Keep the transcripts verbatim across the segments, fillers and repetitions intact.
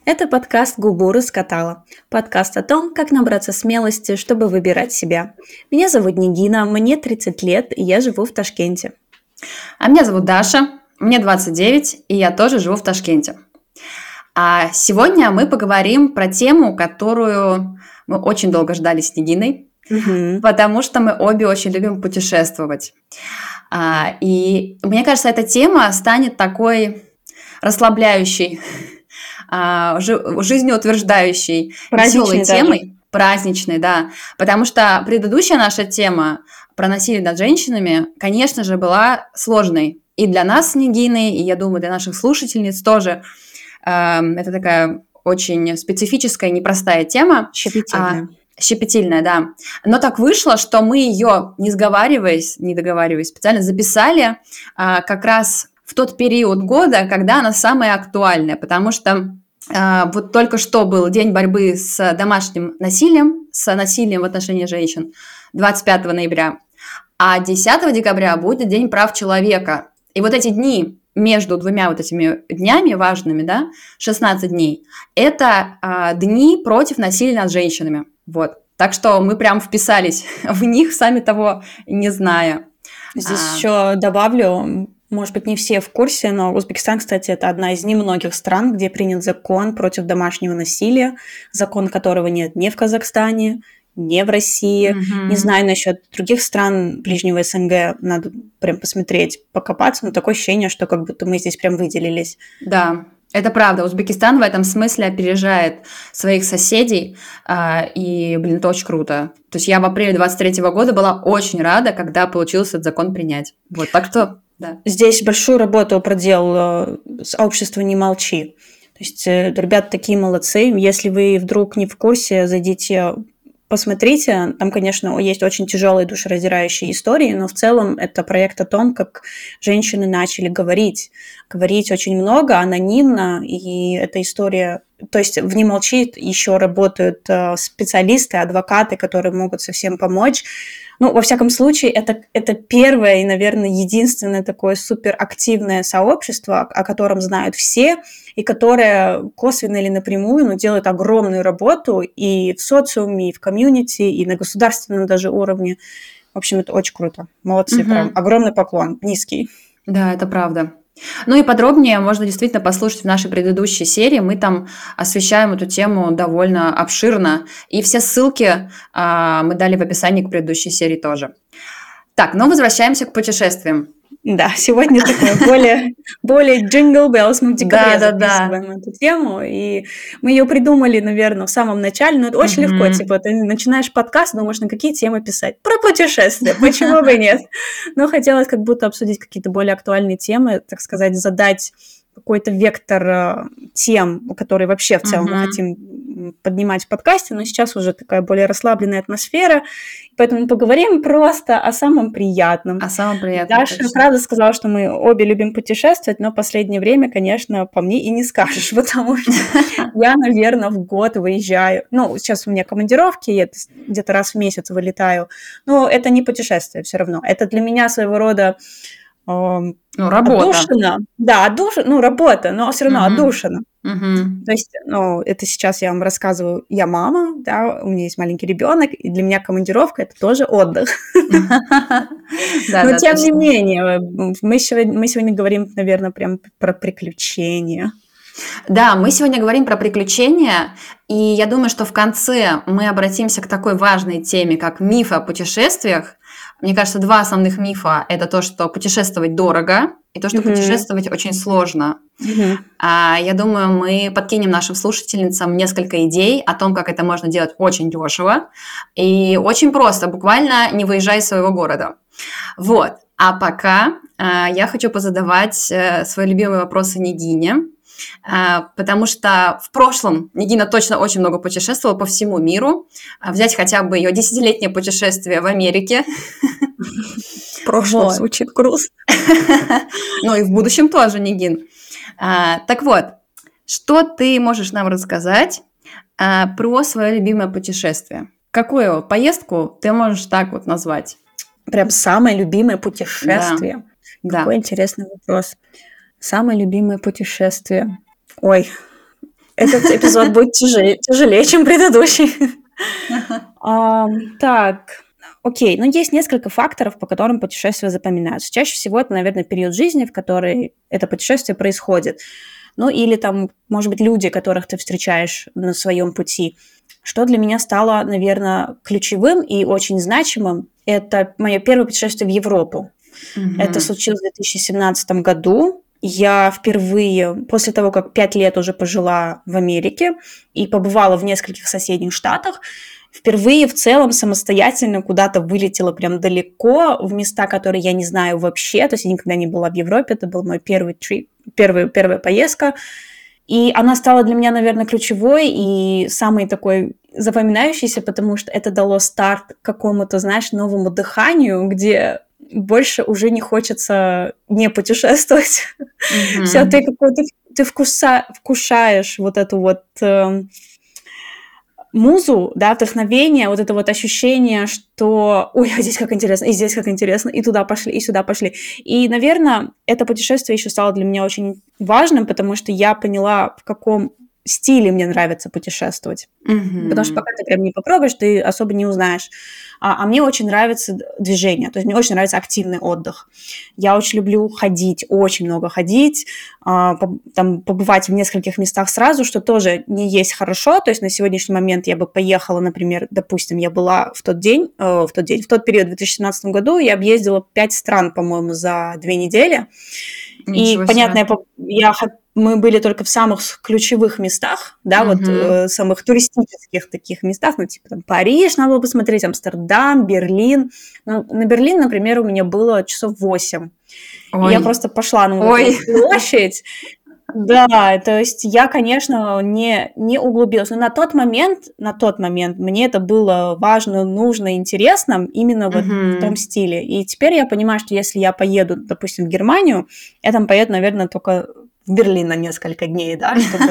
Это подкаст «Губу раскатала». Подкаст о том, как набраться смелости, чтобы выбирать себя. Меня зовут Нигина, мне тридцать лет, и я живу в Ташкенте. А меня зовут Даша, мне двадцать девять, и я тоже живу в Ташкенте. А сегодня мы поговорим про тему, которую мы очень долго ждали с Нигиной, Угу. потому что мы обе очень любим путешествовать. А, и мне кажется, эта тема станет такой расслабляющей, а, жи- жизнеутверждающей, веселой Праздничный даже. темой, праздничной, да. Потому что предыдущая наша тема про насилие над женщинами, конечно же, была сложной. И для нас с Нигиной, и, я думаю, для наших слушательниц тоже. Эм, Это такая очень специфическая, непростая тема. Щепетильная. А, Щепетильная, да. Но так вышло, что мы ее, не сговариваясь, не договариваясь, специально записали а, как раз в тот период года, когда она самая актуальная, потому что а, вот только что был День борьбы с домашним насилием, с насилием в отношении женщин, двадцать пятого ноября, а десятого декабря будет День прав человека. И вот эти дни между двумя вот этими днями важными, да, шестнадцать дней, это а, дни против насилия над женщинами. Вот. Так что мы прям вписались в них, сами того не зная. Здесь А, еще добавлю, может быть, не все в курсе, но Узбекистан, кстати, это одна из немногих стран, где принят закон против домашнего насилия, закон которого нет ни в Казахстане, ни в России. мгм. Не знаю насчет других стран ближнего СНГ, надо прям посмотреть, покопаться, но такое ощущение, что как будто мы здесь прям выделились. Да, это правда. Узбекистан в этом смысле опережает своих соседей, а, и, блин, это очень круто. То есть я в апреле двадцать третьего года была очень рада, когда получилось этот закон принять. Вот, так что, да. Здесь большую работу проделало сообщество «Не молчи». То есть э, ребята такие молодцы. Если вы вдруг не в курсе, зайдите, посмотрите. Там, конечно, есть очень тяжелые душераздирающие истории, но в целом это проект о том, как женщины начали говорить. Говорить очень много, анонимно, и эта история... То есть в «Не молчи» еще работают э, специалисты, адвокаты, которые могут совсем помочь. Ну, во всяком случае, это, это первое и, наверное, единственное такое суперактивное сообщество, о котором знают все, и которое косвенно или напрямую, но делает огромную работу и в социуме, и в комьюнити, и на государственном даже уровне. В общем, это очень круто. Молодцы, Мгм. прям. Огромный поклон, низкий. Да, это правда. Ну и подробнее можно действительно послушать в нашей предыдущей серии. Мы там освещаем эту тему довольно обширно. И все ссылки а, мы дали в описании к предыдущей серии тоже. Так, но возвращаемся к путешествиям. Да, сегодня такое более, более Jingle Bells. Мы в декабре Да, да, да. записываем эту тему, и мы ее придумали, наверное, в самом начале, но это очень Мгм. легко, типа, ты начинаешь подкаст, думаешь, на какие темы писать? Про путешествия, почему бы нет? Но хотелось как будто обсудить какие-то более актуальные темы, так сказать, задать какой-то вектор э, тем, которые вообще в целом мы Мгм. хотим поднимать в подкасте, но сейчас уже такая более расслабленная атмосфера, поэтому поговорим просто о самом приятном. А самое приятное, Даша, точно. правда, сказала, что мы обе любим путешествовать, но последнее время, конечно, по мне и не скажешь, потому что я, наверное, в год выезжаю. Ну, сейчас у меня командировки, я где-то раз в месяц вылетаю, но это не путешествие все равно. Это для меня своего рода эм, Ну, работа. отдушина. Да, отдушина, ну, работа, но все равно Мгм. отдушина. Мгм. То есть, ну, это сейчас я вам рассказываю, я мама, да, у меня есть маленький ребенок, и для меня командировка – это тоже отдых. Да, Но да, тем не точно. менее, мы сегодня, мы сегодня говорим, наверное, прям про приключения. Да, мы сегодня говорим про приключения, и я думаю, что в конце мы обратимся к такой важной теме, как мифы о путешествиях. Мне кажется, два основных мифа – это то, что путешествовать дорого, и то, что Мгм. путешествовать очень сложно. Мгм. А, Я думаю, мы подкинем нашим слушательницам несколько идей о том, как это можно делать очень дешево и очень просто, буквально не выезжая из своего города. Вот. А пока а, я хочу позадавать э, свои любимые вопросы Нигине, а, потому что в прошлом Нигина точно очень много путешествовала по всему миру. А, Взять хотя бы ее десятилетнее путешествие в Америке. В прошлом Вот. звучит грустно. Ну и в будущем тоже, Нигин. А, Так вот, что ты можешь нам рассказать а, про свое любимое путешествие? Какую поездку ты можешь так вот назвать? Прям самое любимое путешествие. Да. Какой интересный вопрос. Самое любимое путешествие. Ой, Этот эпизод будет тяжелее, тяжелее, чем предыдущий. А, так, окей, но есть несколько факторов, по которым путешествия запоминаются. Чаще всего это, наверное, период жизни, в который это путешествие происходит. Ну, или там, может быть, люди, которых ты встречаешь на своем пути. Что для меня стало, наверное, ключевым и очень значимым, это мое первое путешествие в Европу. Mm-hmm. Это случилось в две тысячи семнадцатом году. Я впервые, после того, как пять лет уже пожила в Америке и побывала в нескольких соседних штатах, впервые в целом самостоятельно куда-то вылетела прям далеко, в места, которые я не знаю вообще. То есть я никогда не была в Европе, это был мой первый трип, первый, первая поездка. И она стала для меня, наверное, ключевой и самой такой запоминающейся, потому что это дало старт какому-то, знаешь, новому дыханию, где больше уже не хочется не путешествовать. Mm-hmm. Все, ты какой-то, ты вкуса, вкушаешь вот эту вот э, музу, да, вдохновение, вот это вот ощущение, что ой, а здесь как интересно, и здесь как интересно, и туда пошли, и сюда пошли. И, наверное, это путешествие еще стало для меня очень важным, потому что я поняла, в каком стиле мне нравится путешествовать. Mm-hmm. Потому что пока ты прям не попробуешь, ты особо не узнаешь. А, а мне очень нравится движение, то есть мне очень нравится активный отдых. Я очень люблю ходить, очень много ходить, а, по, там, побывать в нескольких местах сразу, что тоже не есть хорошо. То есть на сегодняшний момент я бы поехала, например, допустим, я была в тот день, э, в тот день, в тот период в две тысячи семнадцатом году, я объездила пять стран, по-моему, за две недели. Ничего и, себе. Понятно, я, я мы были только в самых ключевых местах, да, uh-huh. вот э, самых туристических таких местах, ну, типа там Париж надо было посмотреть, Амстердам, Берлин. Ну, на Берлин, например, у меня было часов восемь. Ой. Я просто пошла на эту площадь. Да, то есть я, конечно, не, не углубилась, но на тот момент, на тот момент мне это было важно, нужно, интересно именно вот uh-huh. в том стиле. И теперь я понимаю, что если я поеду, допустим, в Германию, я там поеду, наверное, только в Берлин на несколько дней, да, чтобы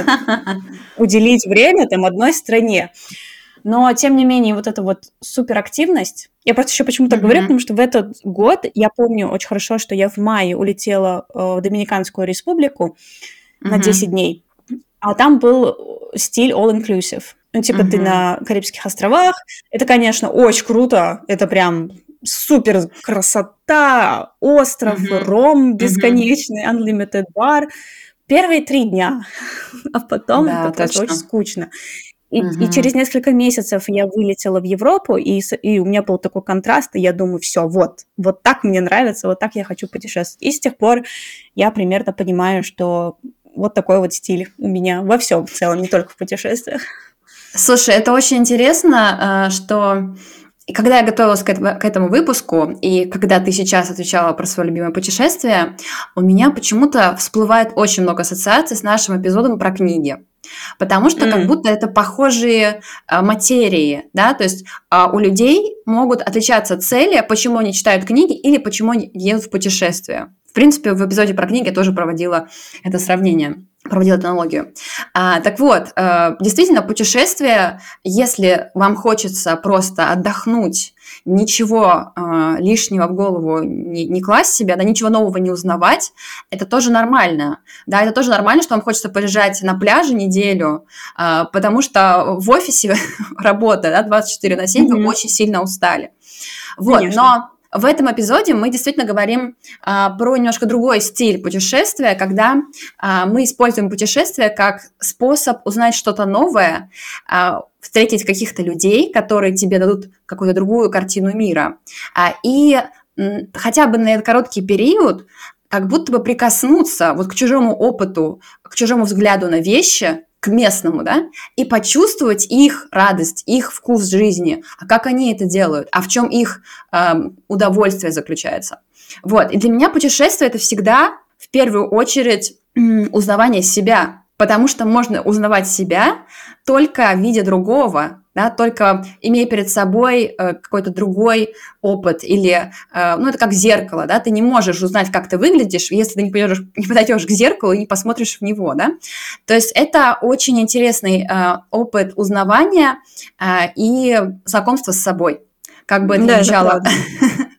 уделить время там одной стране. Но, тем не менее, вот эта вот суперактивность, я просто еще почему-то mm-hmm. говорю, потому что в этот год, я помню очень хорошо, что я в мае улетела в Доминиканскую республику mm-hmm. на десять дней, а там был стиль all-inclusive. Ну, типа mm-hmm. ты на Карибских островах, это, конечно, очень круто, это прям супер красота, остров, mm-hmm. ром бесконечный, mm-hmm. unlimited bar. Первые три дня, а потом да, это просто очень скучно. И, угу. и через несколько месяцев я вылетела в Европу, и, и у меня был такой контраст, и я думаю, все, вот, вот так мне нравится, вот так я хочу путешествовать. И с тех пор я примерно понимаю, что вот такой вот стиль у меня во всем в целом, не только в путешествиях. Слушай, это очень интересно, что... И когда я готовилась к этому, к этому выпуску, и когда ты сейчас отвечала про свое любимое путешествие, у меня почему-то всплывает очень много ассоциаций с нашим эпизодом про книги. Потому что mm. как будто это похожие а, материи, да, то есть а, у людей могут отличаться цели, почему они читают книги или почему они едут в путешествие. В принципе, в эпизоде про книги я тоже проводила это сравнение. Проводила эту аналогию. А, так вот, э, действительно, путешествие, если вам хочется просто отдохнуть, ничего э, лишнего в голову не, не класть себе, да, ничего нового не узнавать, это тоже нормально. Да, это тоже нормально, что вам хочется полежать на пляже неделю, э, потому что в офисе работа, да, двадцать четыре на семь, mm-hmm. вы очень сильно устали. Вот, конечно. Но... В этом эпизоде мы действительно говорим а, про немножко другой стиль путешествия, когда а, мы используем путешествие как способ узнать что-то новое, а, встретить каких-то людей, которые тебе дадут какую-то другую картину мира. А, и м, хотя бы на этот короткий период как будто бы прикоснуться вот к чужому опыту, к чужому взгляду на вещи, к местному, да, и почувствовать их радость, их вкус жизни, а как они это делают, а в чем их э, удовольствие заключается. Вот, и для меня путешествие – это всегда, в первую очередь, узнавание себя, потому что можно узнавать себя только в виде другого, да, только имея перед собой э, какой-то другой опыт или, э, ну, это как зеркало, да, ты не можешь узнать, как ты выглядишь, если ты не подойдешь, не подойдешь к зеркалу и не посмотришь в него, да, то есть это очень интересный э, опыт узнавания э, и знакомства с собой, как бы это ни звучало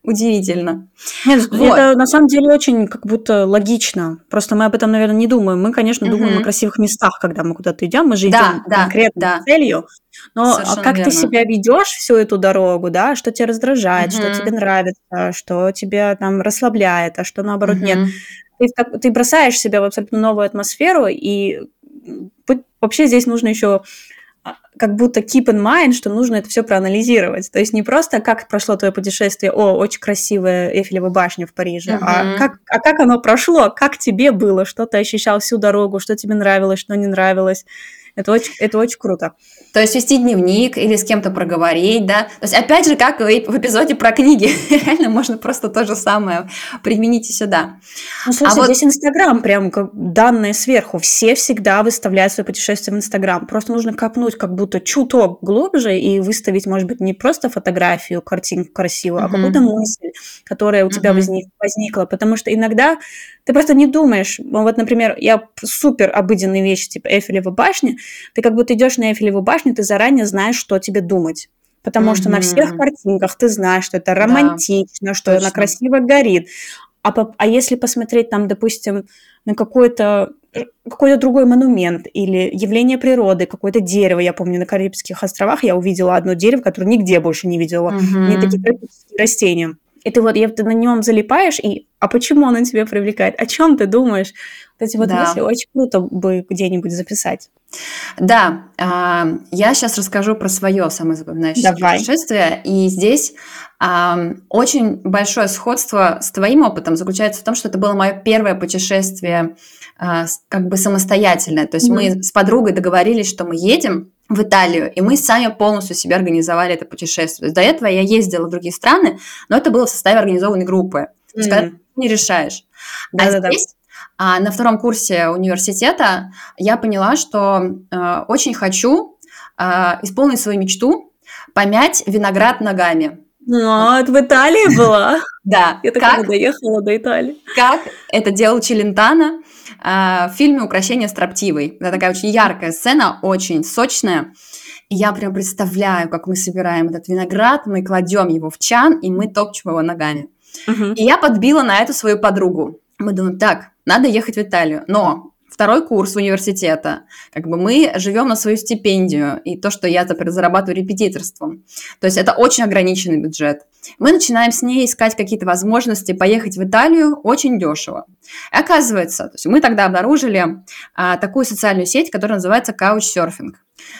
Удивительно. Нет, Вот. это на самом деле очень как будто логично. Просто мы об этом, наверное, не думаем. Мы, конечно, думаем о Мгм. красивых местах, когда мы куда-то идем. Мы же Да, идем да, конкретной да, целью. Но а совершенно как ты верно. себя ведешь всю эту дорогу, да, что тебя раздражает, что тебе Мгм. нравится, что тебя там расслабляет, а что наоборот нет. Мгм. Ты, в так- ты бросаешь себя в абсолютно новую атмосферу, и м, будь- вообще здесь нужно еще а, как будто keep in mind, что нужно это все проанализировать. То есть не просто как прошло твое путешествие, о, очень красивая Эйфелева башня в Париже, а Мгм. как, а как оно прошло, как тебе было, что ты ощущал всю дорогу, что тебе нравилось, что не нравилось. Это очень, это очень круто. То есть вести дневник или с кем-то проговорить, да. То есть опять же, как и в эпизоде про книги, реально можно просто то же самое применить и сюда. Ну, А слушай, вот, здесь Инстаграм прям как данные сверху. Все всегда выставляют свои путешествия в Инстаграм. Просто нужно копнуть как будто чуток глубже и выставить, может быть, не просто фотографию, картинку красивую, а какую-то мгм, мысль, которая у тебя мгм, возник, возникла. Потому что иногда ты просто не думаешь. Ну, вот, например, я супер обыденные вещи, типа Эйфелева башня. Ты как будто идешь на Эйфелеву башню, ты заранее знаешь, что тебе думать. Потому что на всех мгм. картинках ты знаешь, что это Да, романтично, что она точно. красиво горит. А, по- а если посмотреть там, допустим, на какой-то э, какой-то другой монумент или явление природы, какое-то дерево. Я помню, на Карибских островах я увидела одно дерево, которое нигде больше не видела. Они такие Мгм. тропические растения. И ты вот и ты на нем залипаешь, и а почему оно тебя привлекает? О чем ты думаешь? Вот эти вот мысли Да. очень круто бы где-нибудь записать. Да, а, я сейчас расскажу про свое самое запоминающееся Давай. путешествие. И здесь ам, очень большое сходство с твоим опытом заключается в том, что это было мое первое путешествие а, с- как бы самостоятельное. То есть Мгм. мы с подругой договорились, что мы едем в Италию, и мы сами полностью себе организовали это путешествие. То есть до этого я ездила в другие страны, но это было в составе организованной группы. То есть когда ты М. не решаешь. А Да-да-да. здесь а, на втором курсе университета я поняла, что э, очень хочу э, исполнить свою мечту помять виноград ногами. Вот. А, ты в Италии была? Да, Я так и не как, доехала до Италии. как это делал Челентано э, в фильме «Укрощение строптивой». Это такая очень яркая сцена, очень сочная. И я прям представляю, как мы собираем этот виноград, мы кладем его в чан, и мы топчем его ногами. Мгм. И я подбила на это свою подругу. Мы думаем, так, надо ехать в Италию. Но второй курс университета, как бы мы живем на свою стипендию, и то, что я, например, зарабатываю репетиторством. То есть это очень ограниченный бюджет. Мы начинаем с ней искать какие-то возможности поехать в Италию очень дешево. И оказывается, то есть мы тогда обнаружили а, такую социальную сеть, которая называется Couchsurfing.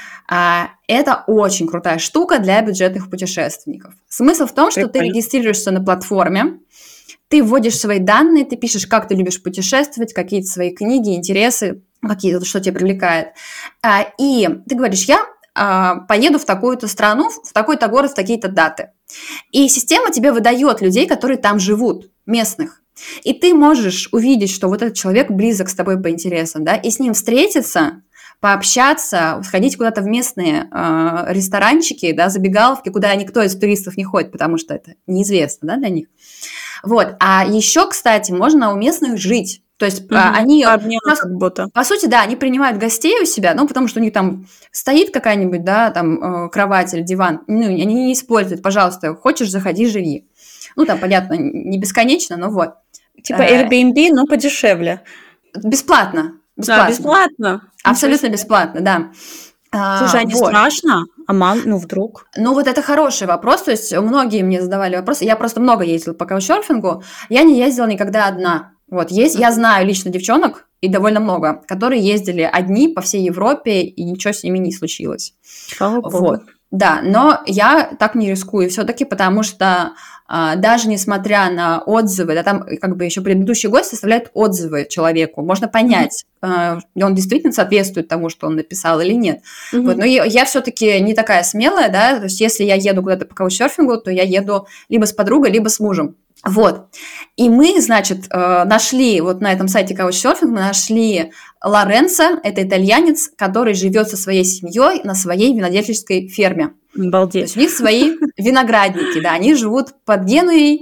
А, это очень крутая штука для бюджетных путешественников. Смысл в том, что ты Прикольно. регистрируешься на платформе, ты вводишь свои данные, ты пишешь, как ты любишь путешествовать, какие-то свои книги, интересы, какие-то, что тебя привлекает. А, и ты говоришь, я а, поеду в такую-то страну, в такой-то город, в такие-то даты. И система тебе выдает людей, которые там живут, местных. И ты можешь увидеть, что вот этот человек близок с тобой по интересам, да, и с ним встретиться, пообщаться, сходить куда-то в местные э, ресторанчики, да, забегаловки, куда никто из туристов не ходит, потому что это неизвестно, да, для них. Вот. А еще, кстати, можно у местных жить. То есть а, Мгм. они, По обмену по, как будто. по сути, да, они принимают гостей у себя, ну, потому что у них там стоит какая-нибудь, да, там э, кровать или диван, ну, они не используют, пожалуйста, хочешь, заходи, живи. Ну, там, понятно, не бесконечно, но вот. Типа Э, Airbnb, но подешевле. бесплатно, А, бесплатно, бесплатно? Ничего абсолютно себе. бесплатно, да. Слушай, А, а не вот. страшно? А мало, ну вдруг? Ну, вот это хороший вопрос. То есть многие мне задавали вопросы. Я просто много ездила по каучсерфингу. Я не ездила никогда одна. Вот есть, я Мгм. знаю лично девчонок, и довольно много, которые ездили одни по всей Европе, и ничего с ними не случилось. Слава богу. Вот. Да, но я так не рискую все-таки, потому что а, даже несмотря на отзывы, да, там как бы еще предыдущий гость составляет отзывы человеку, можно Мгм. понять, а, он действительно соответствует тому, что он написал или нет. Вот, Мгм. но я, я все-таки не такая смелая, да, то есть если я еду куда-то по каучсерфингу, то я еду либо с подругой, либо с мужем. Вот. И мы, значит, э, нашли вот на этом сайте Couchsurfing, мы нашли Лоренцо, это итальянец, который живет со своей семьей на своей винодельческой ферме. То Обалдеть. есть у них свои виноградники, да, они живут под Генуей,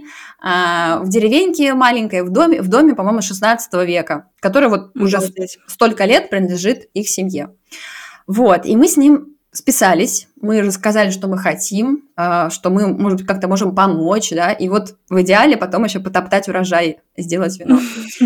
а, в деревеньке маленькой, в доме, в доме, по-моему, шестнадцатого века, который вот уже Обалдеть. столько лет принадлежит их семье. Вот, и мы с ним списались, мы рассказали, что мы хотим, что мы, может быть, как-то можем помочь, да, и вот в идеале потом еще потоптать урожай, сделать вино.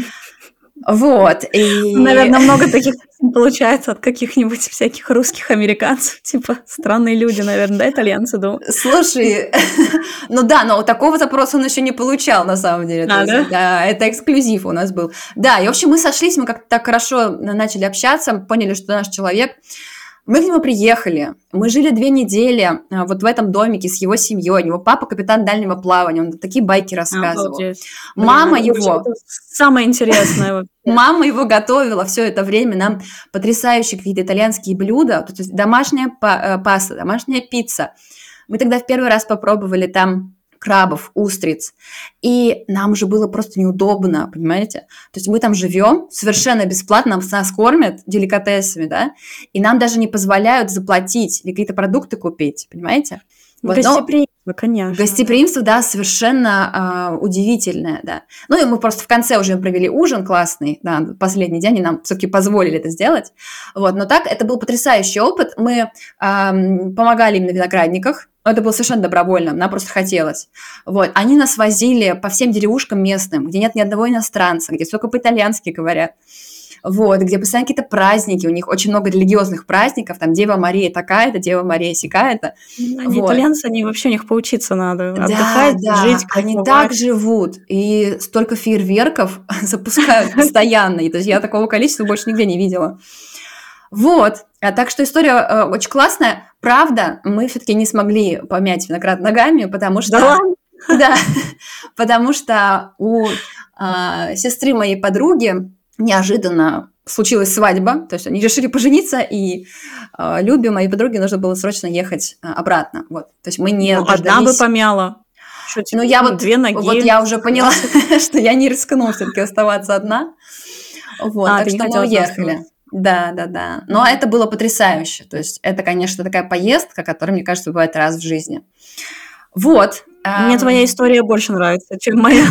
Вот, и... Наверное, много таких получается от каких-нибудь всяких русских американцев, типа странные люди, наверное, да, итальянцы, думаю. Слушай, ну да, но такого запроса он еще не получал, на самом деле. А, есть, да? Да, это эксклюзив у нас был. Да, и, в общем, мы сошлись, мы как-то так хорошо начали общаться, поняли, что наш человек. Мы к нему приехали, мы жили две недели вот в этом домике с его семьей, у него папа капитан дальнего плавания, он такие байки рассказывал. Обалдеть. Мама Блин, его... это самое интересное вообще. Мама его готовила все это время нам потрясающие какие-то итальянские блюда, то есть домашняя паста, домашняя пицца. Мы тогда в первый раз попробовали там крабов, устриц, и нам уже было просто неудобно, понимаете? То есть мы там живем совершенно бесплатно, нас кормят деликатесами, да, и нам даже не позволяют заплатить или какие-то продукты купить, понимаете? Вот, гостеприимство, но... конечно. Гостеприимство, да, да совершенно э, удивительное, да. Ну и мы просто в конце уже провели ужин классный, да, последний день, и нам все-таки позволили это сделать. Вот, но так, это был потрясающий опыт. Мы э, помогали им на виноградниках, это было совершенно добровольно, нам просто хотелось. Вот, они нас возили по всем деревушкам местным, где нет ни одного иностранца, где только по-итальянски говорят. Вот, где постоянно какие-то праздники, у них очень много религиозных праздников, там Дева Мария такая-то, Дева Мария сякая-то. Они вот. Итальянцы, они вообще у них поучиться надо, да, отдыхать, да, жить. Они бывает. Так живут, и столько фейерверков запускают постоянно, то есть я такого количества больше нигде не видела. Вот, а так что история э, очень классная. Правда, мы все-таки не смогли помять виноград ногами, потому что... Да ладно? Да, потому что у э, сестры моей подруги неожиданно случилась свадьба, то есть они решили пожениться, и э, Любе, моей подруге, нужно было срочно ехать э, обратно. Вот. То есть мы не ну, одна бы помяла. Что, ну, я вот, две ноги. Вот я уже поняла, что я не рискну все-таки оставаться одна. Вот, а, так что мы уехали. Да, да, да. Но это было потрясающе. То есть это, конечно, такая поездка, которая, мне кажется, бывает раз в жизни. Вот. Мне твоя история больше нравится, чем моя.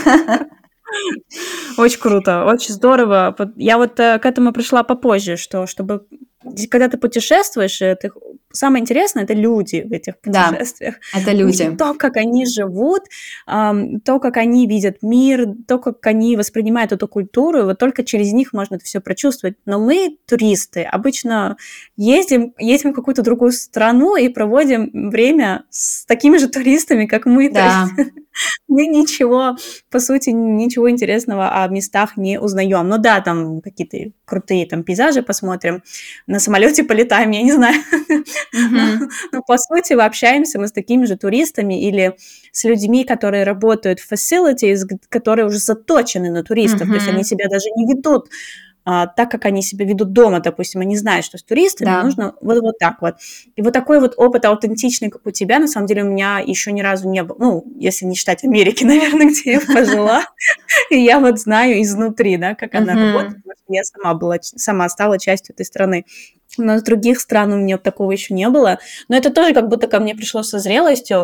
Очень круто, очень здорово. Я вот к этому пришла попозже, что чтобы когда ты путешествуешь, ты... самое интересное – это люди в этих путешествиях. Да, это люди. То, как они живут, то, как они видят мир, то, как они воспринимают эту культуру, вот только через них можно это все прочувствовать. Но мы, туристы, обычно ездим, едем в какую-то другую страну и проводим время с такими же туристами, как мы. Да. То есть мы ничего, по сути, ничего интересного о местах не узнаем. Ну да, там какие-то крутые там пейзажи посмотрим, на самолете полетаем, я не знаю. Mm-hmm. но, но по сути мы общаемся мы с такими же туристами или с людьми, которые работают в facilities, которые уже заточены на туристов, mm-hmm. то есть они себя даже не ведут а, так, как они себя ведут дома, допустим, они знают, что с туристами да. нужно вот, вот так вот. И вот такой вот опыт аутентичный, как у тебя, на самом деле у меня еще ни разу не был, ну, если не считать Америки, наверное, где я пожила, и я вот знаю изнутри, да, как она работает, потому что я сама была, сама стала частью этой страны. Но с других стран у меня такого еще не было. Но это тоже как будто ко мне пришло со зрелостью.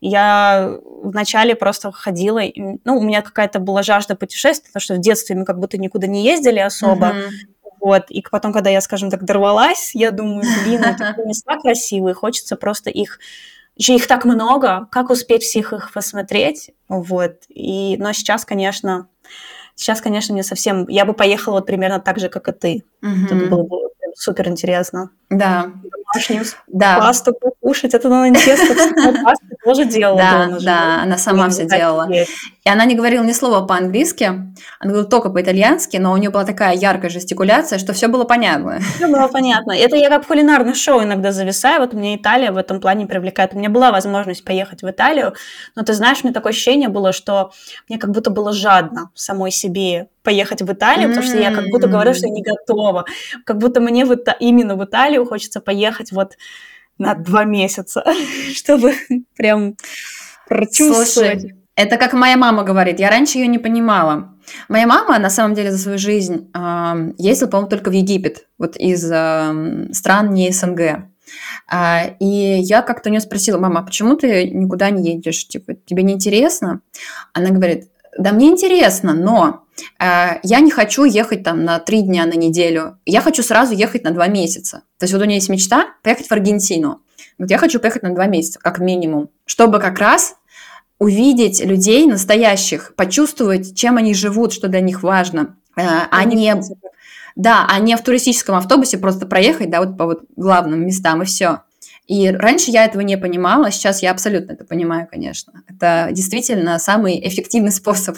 Я вначале просто ходила, ну, у меня какая-то была жажда путешествий, потому что в детстве мы как будто никуда не ездили особо. Uh-huh. Вот. И потом, когда я, скажем так, дорвалась, я думаю, блин, вот такие места красивые, хочется просто их... Еще их так много, как успеть всех их посмотреть? Вот. И... Но сейчас, конечно... Сейчас, конечно, мне совсем... Я бы поехала вот примерно так же, как и ты. Uh-huh. Это было бы супер интересно. Да. Домашнюю да. пасту покушать. Это, наверное, тесто пасту тоже делала да, дома. Да, она сама все делала. Есть. И она не говорила ни слова по-английски, она говорила только по-итальянски, но у нее была такая яркая жестикуляция, что все было понятно. Все было понятно. Это я как в кулинарных шоу иногда зависаю. Вот мне Италия в этом плане привлекает. У меня была возможность поехать в Италию, но ты знаешь, у меня такое ощущение было, что мне как будто было жадно самой себе поехать в Италию, mm-hmm. потому что я как будто говорю, что я не готова. Как будто мне в Ита- именно в Италию хочется поехать вот на два месяца, чтобы прям прочувствовать. Слушай, это как моя мама говорит, я раньше ее не понимала. Моя мама, на самом деле, за свою жизнь э, ездила, по-моему, только в Египет, вот из э, стран не СНГ. А, и я как-то у нее спросила: мама, а почему ты никуда не едешь? Типа, тебе не интересно? Она говорит: да мне интересно, но э, я не хочу ехать там на три дня, на неделю, я хочу сразу ехать на два месяца. То есть вот у нее есть мечта поехать в Аргентину. Вот я хочу поехать на два месяца, как минимум, чтобы как раз увидеть людей настоящих, почувствовать, чем они живут, что для них важно, э, а не... Да, а не в туристическом автобусе просто проехать, да, вот по вот главным местам и все. И раньше я этого не понимала, сейчас я абсолютно это понимаю, конечно. Это действительно самый эффективный способ.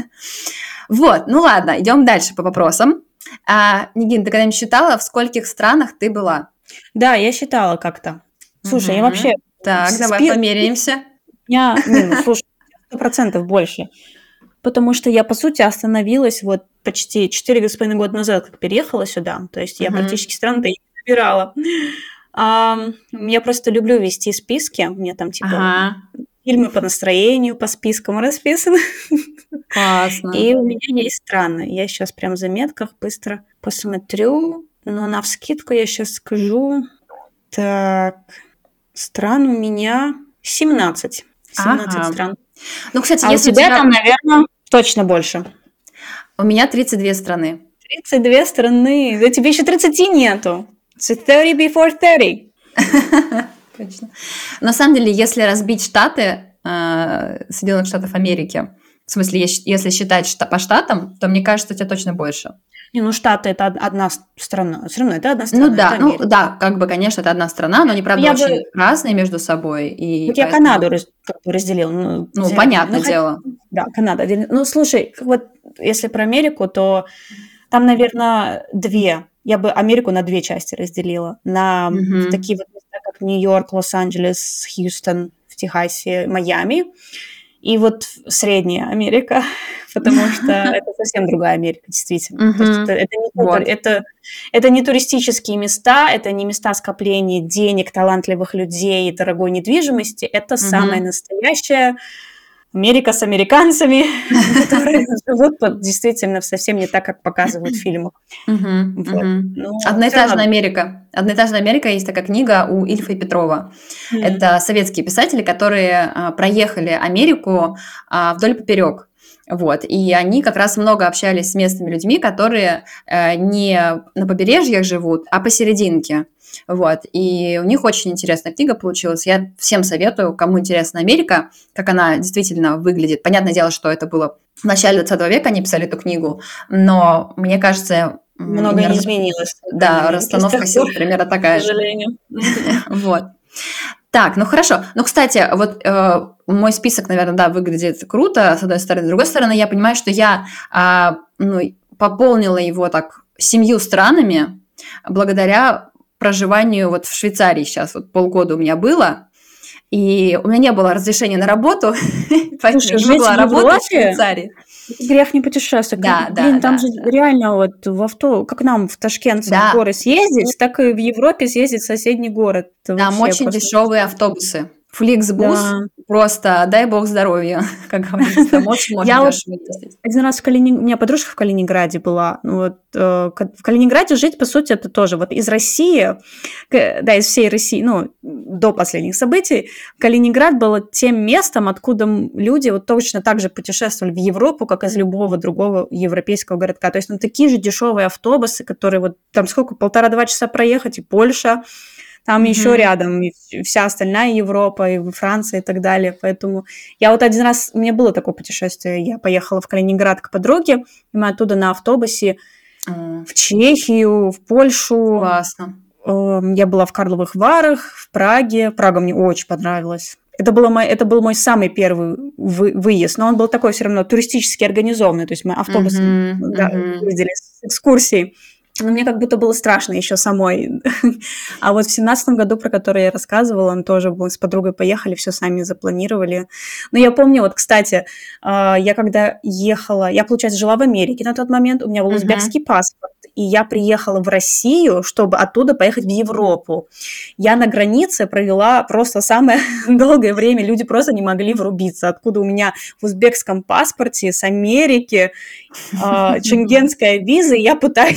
Вот, ну ладно, идем дальше по вопросам. А, Нигин, ты когда-нибудь считала, в скольких странах ты была? Да, я считала как-то. Слушай, Мгм. я вообще... Так, с- давай спи- померяемся. Я, не, ну, слушай, сто процентов больше. Потому что я, по сути, остановилась вот почти четыре с половиной года назад, как переехала сюда. То есть я Мгм. практически страны-то и не выбирала. Ам, Я просто люблю вести списки. У меня там, типа, Ага, фильмы по настроению, по спискам расписаны. классно. И у меня есть страны. Я сейчас прям в заметках быстро посмотрю. Но навскидку я сейчас скажу. Так, стран у меня семнадцать. семнадцать Ага. стран. Ну, кстати, А у если у тебя тебя... там, наверное, точно больше. У меня тридцать две страны. тридцать две страны. Да тебе еще тридцати нету. It's thirty before thirty. Точно. На самом деле, если разбить Штаты, э, Соединенных Штатов Америки, в смысле, ес- если считать шта- по штатам, то мне кажется, у тебя точно больше. Не, ну Штаты это од- одна с- страна. Все равно это одна страна. Ну да, это ну Америка. да, как бы, конечно, это одна страна, но они, правда, Я очень бы- разные между собой. И Вот я поэтому- Канаду раз- как бы разделила. Ну, Ну, взяли. понятное Ну, хотя- дело. Да, Канада. отдельно. Ну, слушай, как вот если про Америку, то там, наверное, две. Я бы Америку на две части разделила. На Мгм. такие вот места, как Нью-Йорк, Лос-Анджелес, Хьюстон в Техасе, Майами. И вот Средняя Америка, потому что это совсем другая Америка, действительно. То есть Мгм. это, это не, Вот. тур- это, это не туристические места, это не места скопления денег, талантливых людей и дорогой недвижимости. Это самая настоящая Америка с американцами, которые живут под- действительно совсем не так, как показывают в фильмах. Мгм, Вот. мгм. Ну, Одноэтажная всё равно. Америка. Одноэтажная Америка есть такая книга у Ильфа и Петрова. Мгм. Это советские писатели, которые а, проехали Америку а, вдоль и поперек. Вот. И они как раз много общались с местными людьми, которые э, не на побережьях живут, а посерединке. Вот. И у них очень интересная книга получилась. Я всем советую, кому интересна Америка, как она действительно выглядит. Понятное дело, что это было в начале двадцатого века, они писали эту книгу, но мне кажется... м, Много именно не рас- изменилось. Да, Америке с расстановка тех сил пор, примерно к такая же. сожалению. Вот. Так, ну хорошо. Ну, кстати, вот э, мой список, наверное, да, выглядит круто, с одной стороны. С другой стороны, я понимаю, что я а, ну, пополнила его так семью странами благодаря проживанию вот в Швейцарии сейчас. Вот полгода у меня было, и у меня не было разрешения на работу, поэтому Слушай, я не жить могла в работать в Европе? Швейцарии. Грех не путешествовать. Да, Как- да, Блин, там да, же да. реально вот в авто, как нам в Ташкент Да. в горы съездить, так и в Европе съездить в соседний город. Это Там вообще очень просто- дешевые автобусы. Фликсбус, Да. просто дай бог здоровья, как говорится, там очень можно Я вот дешево ездить. один раз в Калининграде, у меня подружка в Калининграде была. Ну вот, э, ка- в Калининграде жить, по сути, это тоже вот из России, к- да, из всей России, ну, до последних событий, Калининград был тем местом, откуда м- люди вот точно так же путешествовали в Европу, как из любого другого европейского городка. То есть там такие же дешевые автобусы, которые вот там сколько, полтора-два часа проехать, и Польша, там Мгм. еще рядом и вс- вся остальная Европа, и Франция и так далее. Поэтому я вот один раз, у меня было такое путешествие, я поехала в Калининград к подруге, и мы оттуда на автобусе М, в Чехию, в Польшу. Классно. Эм, Я была в Карловых Варах, в Праге. Прага мне очень понравилась. Это, было мой, это был мой самый первый вы- выезд, но он был такой все равно туристически организованный, то есть мы автобусом Мгм, да, мгм. ездили с экскурсией. Но мне как будто было страшно еще самой. А вот в семнадцатом году, про который я рассказывала, он тоже был, с подругой поехали, все сами запланировали. Но я помню, вот, кстати, а, я когда ехала, я, получается, жила в Америке на тот момент, у меня был Мгм. узбекский паспорт, и я приехала в Россию, чтобы оттуда поехать в Европу. Я на границе провела просто самое долгое время, люди просто не могли врубиться, откуда у меня в узбекском паспорте с Америки а, шенгенская виза, и я пытаюсь из России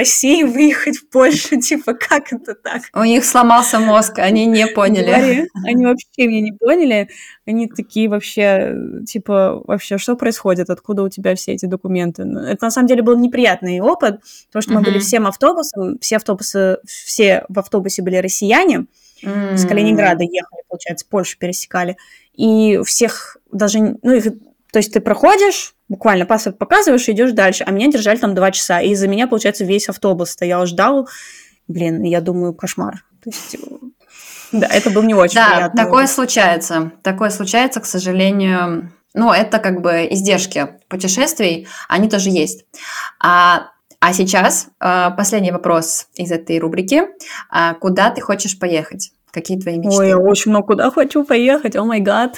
России выехать в Польшу, типа, как это так? У них сломался мозг, они не поняли. Они вообще меня не поняли, они такие вообще, типа, вообще, что происходит, откуда у тебя все эти документы? Это, на самом деле, был неприятный опыт, потому что мы были всем автобусом, все автобусы, все в автобусе были россияне, с Калининграда ехали, получается, Польшу пересекали, и всех даже, ну, их, то есть ты проходишь, буквально паспорт показываешь и идешь дальше, а меня держали там два часа, и из-за меня, получается, весь автобус стоял, ждал, блин, я думаю, кошмар. То есть, да, это был не очень да, приятно. Да, такое случается, такое случается, к сожалению, ну, это как бы издержки путешествий, они тоже есть. А, а сейчас последний вопрос из этой рубрики. Куда ты хочешь поехать? Какие твои мечты? Ой, я очень много куда хочу поехать, о май гад.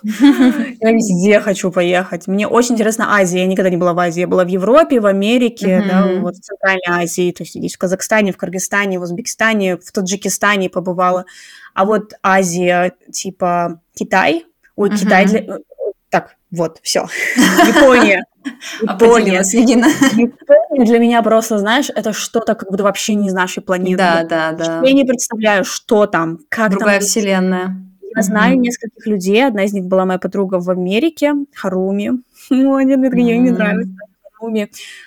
Я везде хочу поехать. Мне очень интересна Азия. Я никогда не была в Азии. Я была в Европе, в Америке, mm-hmm. да, вот в Центральной Азии. То есть здесь в Казахстане, в Кыргызстане, в Узбекистане, в Таджикистане побывала. А вот Азия, типа Китай. Ой, mm-hmm. Китай для... Так, вот, все. Япония. Япония. Япония для меня просто, знаешь, это что-то как будто вообще не из нашей планеты. Да, да, да. Я не представляю, что там, как Другая там... вселенная. Я знаю mm-hmm. нескольких людей. Одна из них была моя подруга в Америке, Харуми. Ой, нет, мне ей не нравится Харуми.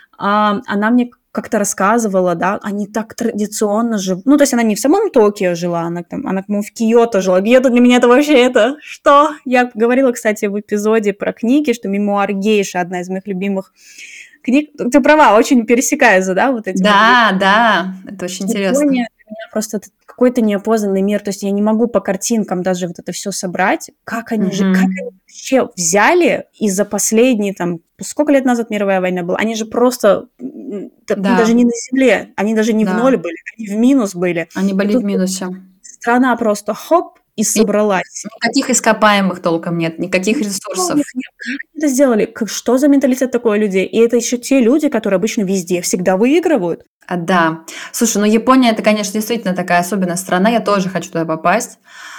А, она мне как-то рассказывала, да, они так традиционно живут. Ну, то есть она не в самом Токио жила, она там, она, по-моему, в Киото жила. Киото для меня это вообще это что? Я говорила, кстати, в эпизоде про книги, что «Мемуар гейши» одна из моих любимых книг. Ты права, очень пересекаются, да, вот эти. Да, вот да, это очень интересно. Япония для меня просто какой-то неопознанный мир, то есть я не могу по картинкам даже вот это все собрать. Как они mm-hmm. же, как они вообще взяли и за последние там, сколько лет назад мировая война была, они же просто да. даже не на земле, они даже не да. в ноль были, они в минус были. Они были в минусе. Страна просто хоп, и собралась. Никаких ископаемых толком нет, никаких ресурсов. Нет. Как это сделали? Что за менталитет такой у людей? И это еще те люди, которые обычно везде всегда выигрывают. А, да. Слушай, ну Япония, это, конечно, действительно такая особенная страна, я тоже хочу туда попасть.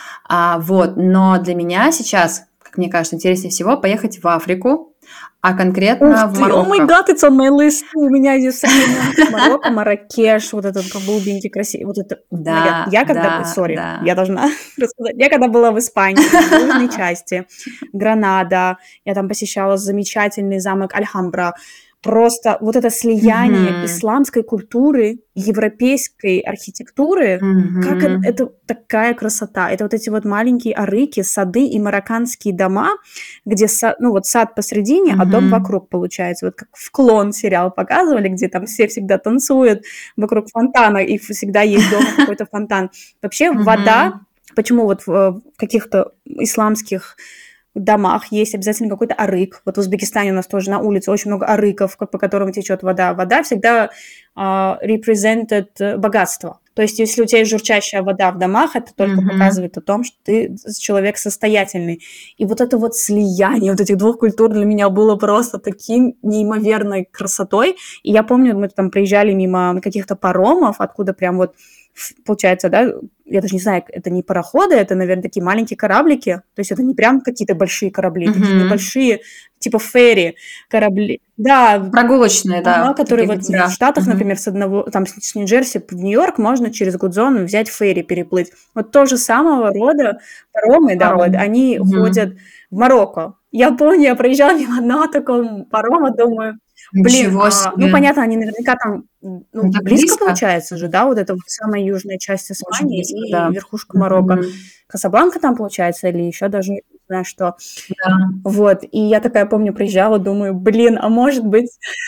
А, вот, но для меня сейчас, как мне кажется, интереснее всего поехать в Африку, а конкретно Ух в Марокко. О май гад, it's on my list. У меня здесь Марокко, Марракеш, вот этот голубенький, красивый. Вот это. Да, я когда, сори, да, да. я должна рассказать. Я когда была в Испании, в южной части, Гранада, я там посещала замечательный замок Альхамбра. Просто вот это слияние mm-hmm. исламской культуры, европейской архитектуры, mm-hmm. как это, это такая красота. Это вот эти вот маленькие арыки, сады и марокканские дома, где сад, ну вот сад посредине, mm-hmm. а дом вокруг получается. Вот как в «Клон» сериал показывали, где там все всегда танцуют вокруг фонтана, и всегда есть дома какой-то фонтан. Вообще mm-hmm. вода, почему вот в каких-то исламских домах есть обязательно какой-то арык. Вот в Узбекистане у нас тоже на улице очень много арыков, по которым течет вода. Вода всегда uh, represented богатство. То есть если у тебя есть журчащая вода в домах, это только mm-hmm. показывает о том, что ты человек состоятельный. И вот это вот слияние вот этих двух культур для меня было просто таким неимоверной красотой. И я помню, мы там приезжали мимо каких-то паромов, откуда прям вот получается, да, я даже не знаю, это не пароходы, это, наверное, такие маленькие кораблики, то есть это не прям какие-то большие корабли, mm-hmm. такие небольшие, типа ферри корабли, да. Прогулочные, да. Которые вот да. в Штатах, mm-hmm. например, с одного, там, с Нью-Джерси в Нью-Йорк можно через Гудзон взять ферри, переплыть. Вот то же самого рода паромы, да, вот, они mm-hmm. ходят в Марокко. Я помню, я проезжала мимо одного такого парома, думаю, блин, а, ну, понятно, они наверняка там ну, близко, близко получается же, да, вот это вот самая южная часть Испании близко, и да. верхушка Марокко. Mm-hmm. Касабланка там получается или еще даже не знаю что. Да. Вот, и я такая, помню, приезжала, думаю, блин, а может быть...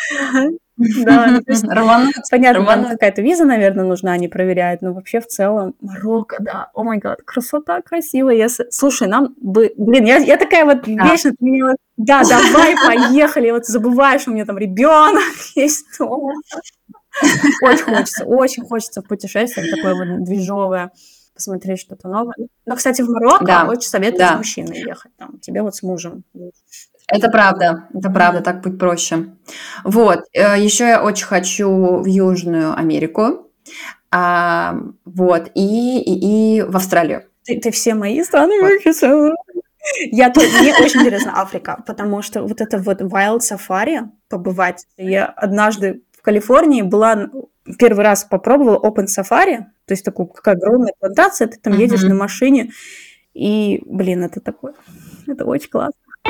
Да, понятно, там какая-то виза, наверное, нужна, они проверяют, но вообще в целом Марокко, да, о май гад, красота, красивая. Слушай, нам бы, блин, я такая вот вечно, да, давай, поехали, вот забываешь, что у меня там ребенок есть дома. Очень хочется, очень хочется в путешествие такое вот движовое, посмотреть что-то новое. Но, кстати, в Марокко очень советую с мужчиной ехать, там, тебе вот с мужем. Это правда, это правда, так будет проще. Вот, еще я очень хочу в Южную Америку, а, вот, и, и, и в Австралию. Ты, ты все мои страны выписала. Я тут, мне очень интересна Африка, потому что вот это вот wild safari побывать. Я однажды в Калифорнии была первый раз попробовала Open Safari, то есть такую, какая огромная плантация, ты там uh-huh. едешь на машине, и, блин, это такое, это очень классно.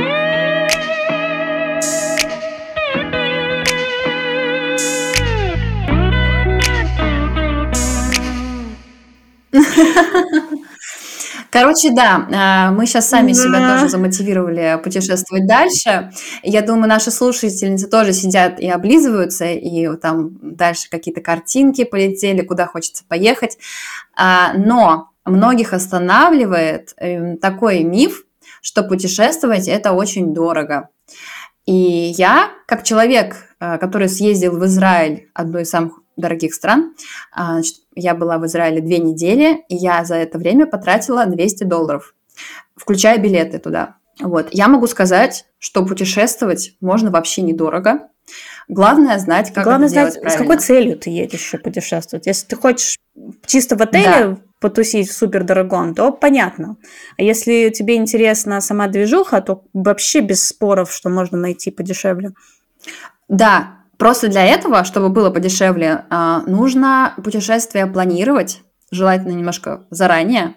Короче, да, мы сейчас сами да. себя тоже замотивировали путешествовать дальше. Я думаю, наши слушательницы тоже сидят и облизываются, и там дальше какие-то картинки полетели, куда хочется поехать. Но многих останавливает такой миф, что путешествовать – это очень дорого. И я, как человек, который съездил в Израиль, одну из самых дорогих стран, я была в Израиле две недели, и я за это время потратила двести долларов, включая билеты туда. Вот. Я могу сказать, что путешествовать можно вообще недорого. Главное знать, как Главное это знать, делать правильно. С какой целью ты едешь еще путешествовать. Если ты хочешь чисто в отеле да. потусить в супердорогом, то понятно. А если тебе интересна сама движуха, то вообще без споров, что можно найти подешевле. Да, просто для этого, чтобы было подешевле, нужно путешествие планировать, желательно немножко заранее,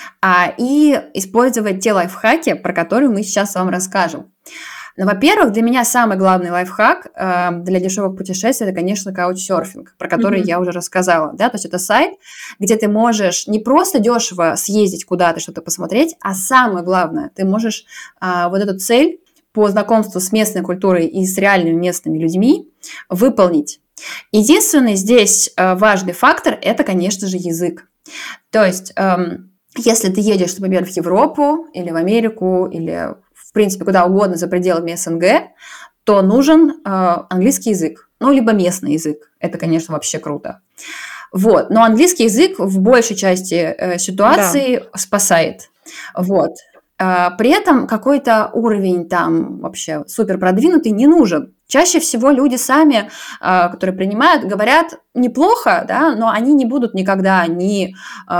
и использовать те лайфхаки, про которые мы сейчас вам расскажем. Ну, во-первых, для меня самый главный лайфхак для дешевых путешествий – это, конечно, каучсерфинг, про который mm-hmm. я уже рассказала. Да? То есть это сайт, где ты можешь не просто дешево съездить куда-то, что-то посмотреть, а самое главное, ты можешь вот эту цель по знакомству с местной культурой и с реальными местными людьми выполнить. Единственный здесь важный фактор – это, конечно же, язык. То есть, если ты едешь, например, в Европу или в Америку, или, в принципе, куда угодно за пределами СНГ, то нужен английский язык, ну, либо местный язык. Это, конечно, вообще круто. Вот. Но английский язык в большей части ситуаций да. спасает. Вот. При этом какой-то уровень там вообще супер продвинутый не нужен. Чаще всего люди сами, которые принимают, говорят неплохо, да, но они не будут никогда ни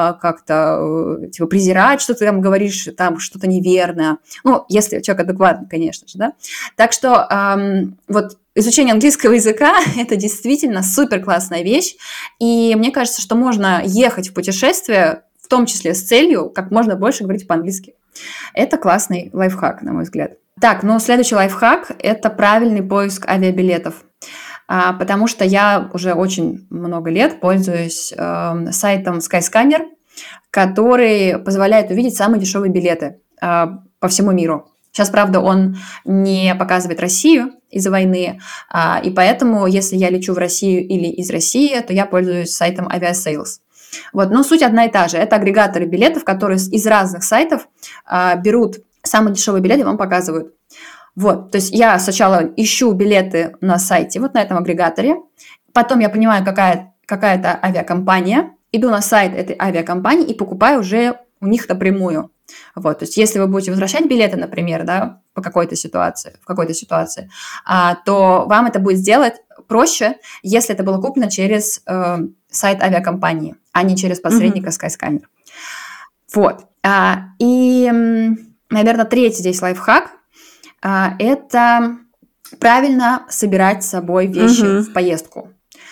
как-то типа презирать, что ты там говоришь, там что-то неверно. Ну, если человек адекватный, конечно же, да. Так что эм, вот изучение английского языка – это действительно супер классная вещь. И мне кажется, что можно ехать в путешествие, в том числе с целью как можно больше говорить по-английски. Это классный лайфхак, на мой взгляд. Так, ну следующий лайфхак – это правильный поиск авиабилетов. А, потому что я уже очень много лет пользуюсь э, сайтом Skyscanner, который позволяет увидеть самые дешевые билеты э, по всему миру. Сейчас, правда, он не показывает Россию из-за войны, а, и поэтому, если я лечу в Россию или из России, то я пользуюсь сайтом Aviasales. Вот, но суть одна и та же. Это агрегаторы билетов, которые из разных сайтов а, берут самые дешевые билеты и вам показывают. Вот, то есть я сначала ищу билеты на сайте, вот на этом агрегаторе, потом я понимаю, какая, какая-то авиакомпания, иду на сайт этой авиакомпании и покупаю уже у них напрямую. Вот, то есть если вы будете возвращать билеты, например, да, по какой-то ситуации, в какой-то ситуации, а, то вам это будет сделать проще, если это было куплено через э, сайт авиакомпании, а не через посредника mm-hmm. Skyscanner. Вот. А, и, наверное, третий здесь лайфхак а, – это правильно собирать с собой вещи mm-hmm. в поездку,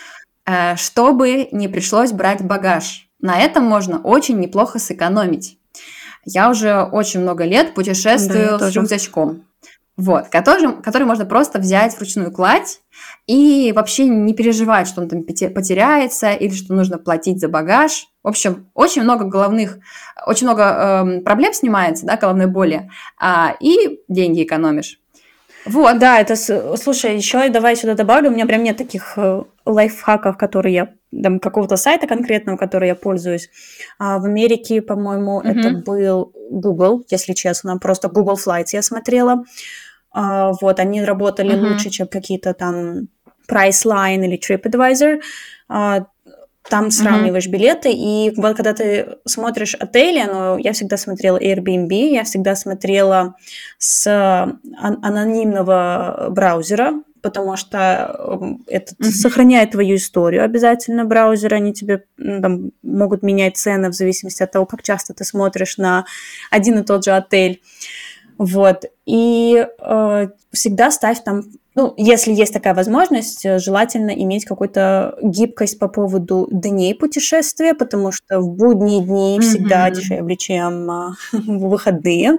а, чтобы не пришлось брать багаж. На этом можно очень неплохо сэкономить. Я уже очень много лет путешествую да, с рюкзачком, вот, который, который можно просто взять вручную кладь и вообще не переживать, что он там потеряется или что нужно платить за багаж. В общем, очень много головных, очень много э, проблем снимается, да, головной боли, а, и деньги экономишь. Вот. Да, это, слушай, еще давай сюда добавлю, у меня прям нет таких лайфхаков, которые я, там, какого-то сайта конкретного, который я пользуюсь. А в Америке, по-моему, mm-hmm. это был Google, если честно, просто Google Flights я смотрела. А, вот, они работали mm-hmm. лучше, чем какие-то там Priceline или TripAdvisor. А, там сравниваешь mm-hmm. билеты, и вот когда ты смотришь отели, ну, я всегда смотрела Airbnb, я всегда смотрела с ан- анонимного браузера, потому что это mm-hmm. сохраняет твою историю обязательно, браузер, они тебе там, могут менять цены в зависимости от того, как часто ты смотришь на один и тот же отель. Вот. И э, всегда ставь там Ну, если есть такая возможность, э, желательно иметь какую-то гибкость по поводу дней путешествия, потому что в будние дни всегда Мгм. дешевле, чем а, в выходные.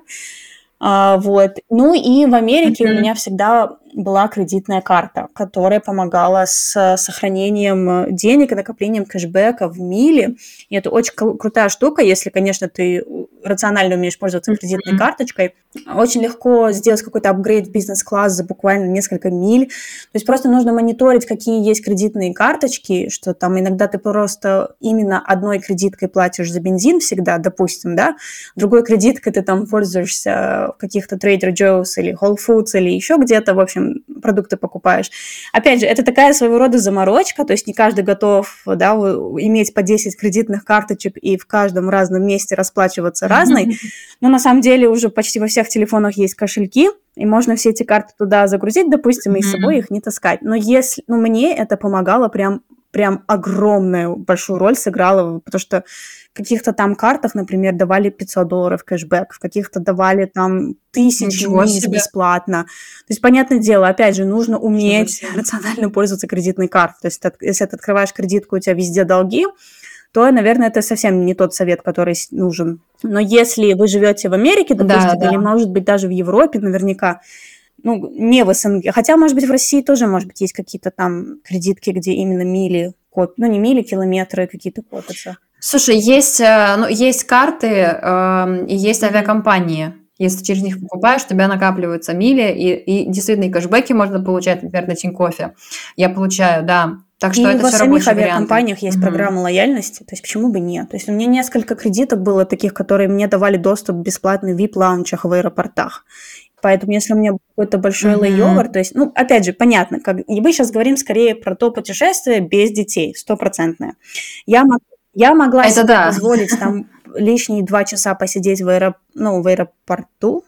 А, вот. Ну и в Америке у Мгм. меня всегда была кредитная карта, которая помогала с сохранением э, денег и накоплением кэшбэка в мили. И это очень кру- крутая штука, если, конечно, ты рационально умеешь пользоваться кредитной Мгм. карточкой. Очень легко сделать какой-то апгрейд в бизнес-класс за буквально несколько миль. То есть просто нужно мониторить, какие есть кредитные карточки, что там иногда ты просто именно одной кредиткой платишь за бензин всегда, допустим, да, другой кредиткой ты там пользуешься в каких-то Trader Joe's или Whole Foods или еще где-то, в общем, продукты покупаешь. Опять же, это такая своего рода заморочка, то есть не каждый готов, да, иметь по десять кредитных карточек и в каждом разном месте расплачиваться разной, но на самом деле уже почти во всех телефонах есть кошельки, и можно все эти карты туда загрузить, допустим, и с собой Мгм. их не таскать. Но если, ну, мне это помогало прям прям огромную большую роль сыграло, потому что в каких-то там картах, например, давали пятьсот долларов кэшбэк, в каких-то давали там тысячи Ничего миль себе. бесплатно. То есть, понятное дело, опять же, нужно Ничего уметь себе. рационально пользоваться кредитной картой. То есть, ты от- если ты открываешь кредитку, у тебя везде долги, то, наверное, это совсем не тот совет, который с- нужен. Но если вы живете в Америке, Да, допустим, да. или, может быть, даже в Европе, наверняка, ну, не в СНГ, хотя, может быть, в России тоже, может быть, есть какие-то там кредитки, где именно мили, коп... ну, не мили, километры какие-то копятся. Слушай, есть, э, ну, есть карты, эм, и есть Мгм. авиакомпании. Если ты через них покупаешь, у тебя накапливаются мили, и, и действительно и кэшбэки можно получать, например, на Тинькоффе. Я получаю, да. Так что И это в все самих рабочие варианты. авиакомпаниях есть Мгм. программа лояльности, то есть почему бы нет? То есть у меня несколько кредиток было таких, которые мне давали доступ бесплатный в ви ай пи-лаунчах в аэропортах. Поэтому если у меня какой-то большой лейовер, Мгм. то есть, ну, опять же, понятно, как, и мы сейчас говорим скорее про то путешествие без детей, стопроцентное. Я, мог- я могла Это себе да. позволить там лишние два часа посидеть в, аэро, ну, в аэропорту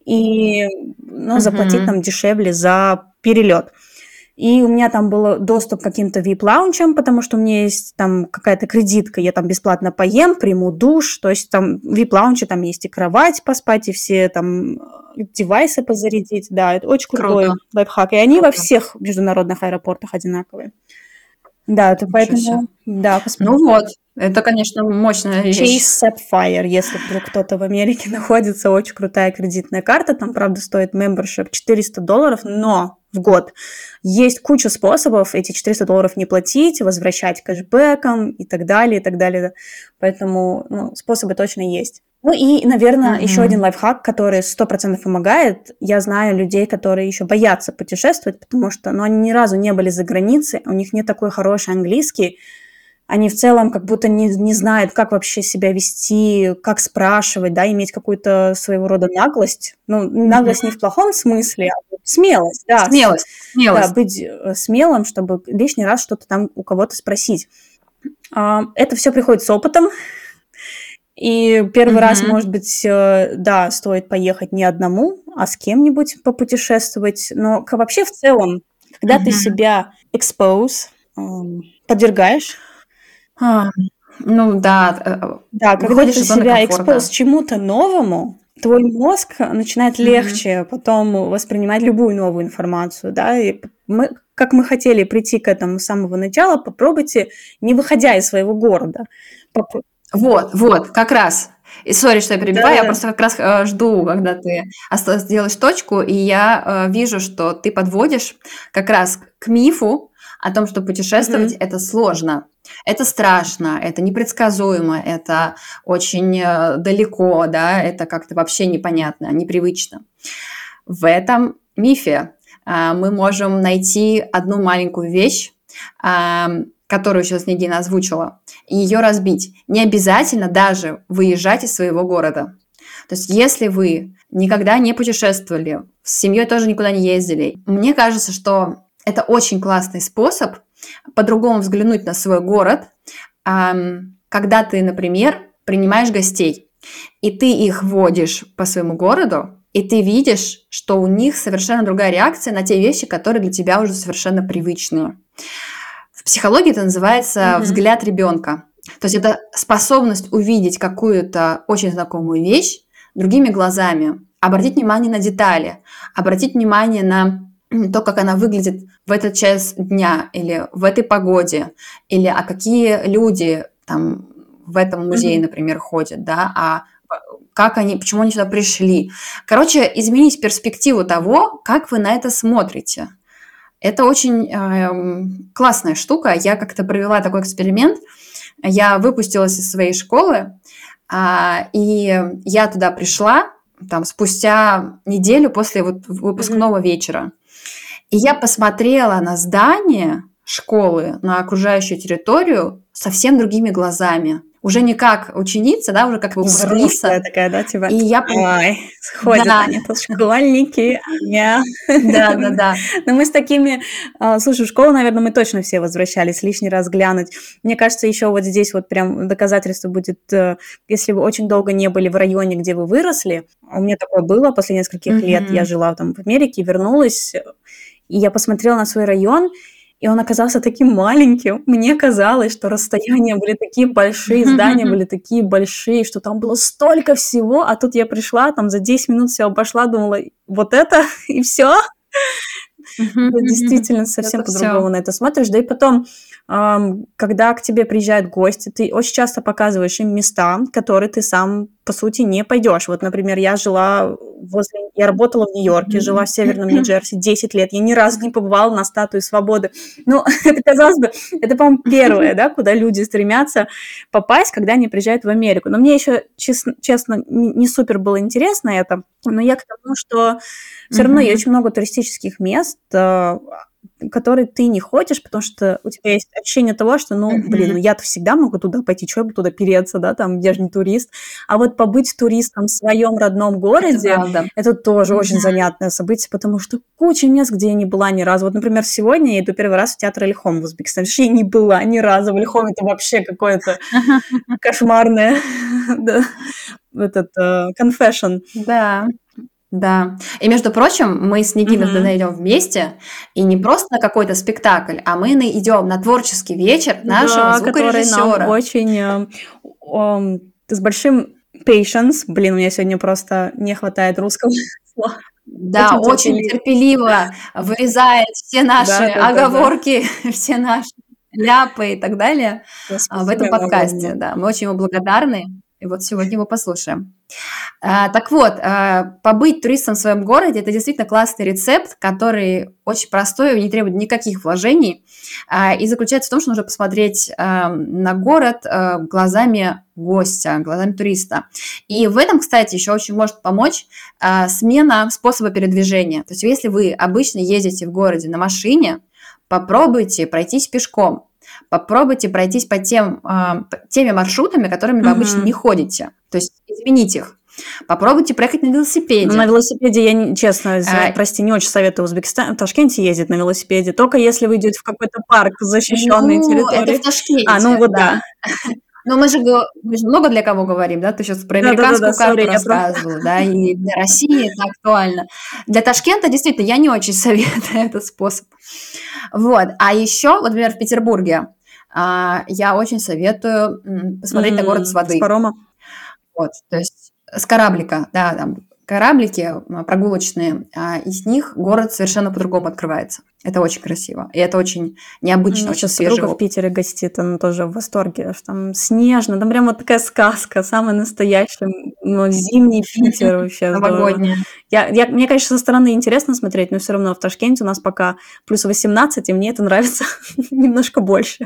и, ну, заплатить там Мгм. дешевле за перелет. И у меня там был доступ к каким-то ви ай пи-лаунчам, потому что у меня есть там какая-то кредитка, я там бесплатно поем, приму душ, то есть там в ви ай пи-лаунче там есть и кровать поспать, и все там э, девайсы позарядить, да, это очень Круто, крутой лайфхак, и они во круто. всех международных аэропортах одинаковые. Да, это Ничего себе. поэтому, да, посмотрите. Ну вот, это, конечно, мощная Chase вещь. Sapphire, если вдруг кто-то в Америке находится, очень крутая кредитная карта, там, правда, стоит membership четыреста долларов, но в год. Есть куча способов эти четыреста долларов не платить, возвращать кэшбэком и так далее, и так далее. Поэтому, ну, способы точно есть. Ну и, наверное, еще один Мгм. лайфхак, который сто процентов помогает. Я знаю людей, которые еще боятся путешествовать, потому что, ну, они ни разу не были за границей, у них не такой хороший английский, они в целом как будто не, не знают, как вообще себя вести, как спрашивать, да, иметь какую-то своего рода наглость. Ну, Мгм. наглость не в плохом смысле, а вот смелость, да, с- Смелость, да, смелость. быть э, смелым, чтобы лишний раз что-то там у кого-то спросить. А, это все приходит с опытом, и первый раз, Мгм. может быть, э, да, стоит поехать не одному, а с кем-нибудь попутешествовать. Но к- вообще в целом, когда ты Мгм. себя expose, м, подвергаешь, А, ну да, э, да, когда выходишь ты из зоны себя экспоз комфорта. чему-то новому, твой мозг начинает Мгм. легче потом воспринимать любую новую информацию, да, и п- мы, как мы хотели прийти к этому с самого начала, попробуйте, не выходя из своего города. Попро- Вот, вот, как раз. И сори, что я перебиваю, я Да-да-да. просто как раз э, жду, когда ты оста- сделаешь точку, и я э, вижу, что ты подводишь как раз к мифу о том, что путешествовать Мгм. это сложно, это страшно, это непредсказуемо, это очень э, далеко, да, это как-то вообще непонятно, непривычно. В этом мифе а, мы можем найти одну маленькую вещь, а, которую сейчас Нигина озвучила, и ее разбить. Не обязательно даже выезжать из своего города. То есть если вы никогда не путешествовали, с семьей тоже никуда не ездили, мне кажется, что это очень классный способ по-другому взглянуть на свой город, ам, когда ты, например, принимаешь гостей, и ты их водишь по своему городу, и ты видишь, что у них совершенно другая реакция на те вещи, которые для тебя уже совершенно привычные. В психологии это называется Мгм. взгляд ребенка. То есть это способность увидеть какую-то очень знакомую вещь другими глазами, обратить внимание на детали, обратить внимание на то, как она выглядит в этот час дня или в этой погоде, или а какие люди там в этом музее, Мгм. например, ходят, да, а как они, почему они сюда пришли. Короче, изменить перспективу того, как вы на это смотрите. Это очень эм, классная штука. Я как-то провела такой эксперимент. Я выпустилась из своей школы, а, и я туда пришла там спустя неделю после вот Мгм. выпускного вечера. И я посмотрела на здание школы, на окружающую территорию совсем другими глазами. Уже не как ученица, да, уже как Взрослая выпускница. такая, да, типа, И я пон ой, ходят Да, они тут, школьники, я. да-да-да. Но мы с такими, а, слушай, в школу, наверное, мы точно все возвращались лишний раз глянуть. Мне кажется, еще вот здесь вот прям доказательство будет, э, если вы очень долго не были в районе, где вы выросли. А у меня такое было после нескольких лет. Я Мгм. жила там в Америке, вернулась, э, и я посмотрела на свой район, и он оказался таким маленьким. Мне казалось, что расстояния были такие большие, здания были такие большие, что там было столько всего, а тут я пришла, там за десять минут все обошла, думала, вот это и все. Мгм, Да, мгм. действительно, совсем Это по-другому всё. на это смотришь. Да и потом, ам, когда к тебе приезжают гости, ты очень часто показываешь им места, которые ты сам, по сути, не пойдешь. Вот, например, я жила возле я работала в Нью-Йорке, жила в Северном Нью-Джерси десять лет. Я ни разу не побывала на Статуе Свободы. Ну, это, казалось бы, это, по-моему, первое, да, куда люди стремятся попасть, когда они приезжают в Америку. Но мне еще, честно честно, не не супер было интересно это. Но я к тому, что все равно есть Мгм. очень много туристических мест, а, которые ты не ходишь, потому что у тебя есть ощущение того, что, ну, блин, ну Мгм. я-то всегда могу туда пойти, чё я буду туда переться, да, там, я же не турист. А вот побыть туристом в своем родном Это городе — правда. это тоже очень Мгм. занятное событие, потому что куча мест, где я не была ни разу. Вот, например, сегодня я иду первый раз в театр Эльхом в Узбекистане. Вообще не была ни разу в Эльхоме. Это вообще какое-то кошмарное, да, этот, э, confession. Да, да. И, между прочим, мы с Нигиной Мгм. туда идем вместе, и не просто на какой-то спектакль, а мы на идем на творческий вечер нашего Да, который нам звукорежиссера. очень, э, ом, с большим patience. Блин, у меня сегодня просто не хватает русского слова. Да, Очень очень терпеливый. терпеливо вырезает все наши Да-да-да-да. оговорки, все наши ляпы и так далее, Да, а, в спасибо этом ему подкасте. огромное. Да, мы очень ему благодарны, и вот сегодня его послушаем. А, так вот, а, побыть туристом в своем городе — это действительно классный рецепт, который очень простой и не требует никаких вложений, а, и заключается в том, что нужно посмотреть, а, на город, а, глазами гостя, глазами туриста. И в этом, кстати, еще очень может помочь, а, смена способа передвижения. То есть если вы обычно ездите в городе на машине, попробуйте пройтись пешком, попробуйте пройтись по тем, а, п теми маршрутами, которыми вы обычно не Мгм. ходите, то есть изменить их. Попробуйте проехать на Ну, на велосипеде. велосипеде я, не честно, А, извини, прости, не очень советую в Узбекистане, в Ташкенте ездить на велосипеде. Только если вы идете в какой-то парк, защищенной ну, это в территории. А, Ташкенте, ну вот да. да. Но мы же го мы же много для кого говорим, да? Ты сейчас про Да-да-да-да, американскую карту сори, я просто рассказывала, да, и для России это актуально. Для Ташкента действительно я не очень советую этот способ. Вот. А еще, вот, например, в Петербурге, а, я очень советую, м, посмотреть на город с М, с воды. парома. Вот, то есть с кораблика, да, там кораблики, а, прогулочные, а, и с них город совершенно по-другому открывается. Это очень красиво, и это очень У необычно, меня очень сейчас свежий подруга в опыт. Питере гостит, она тоже в восторге, что там снежно, там прям вот такая сказка, самый настоящий, м, ну, зимний Питер, вообще здорово. Новогодняя. Я я мне, конечно, со стороны интересно смотреть, но все равно в Ташкенте у нас пока плюс восемнадцать, и мне это нравится немножко больше.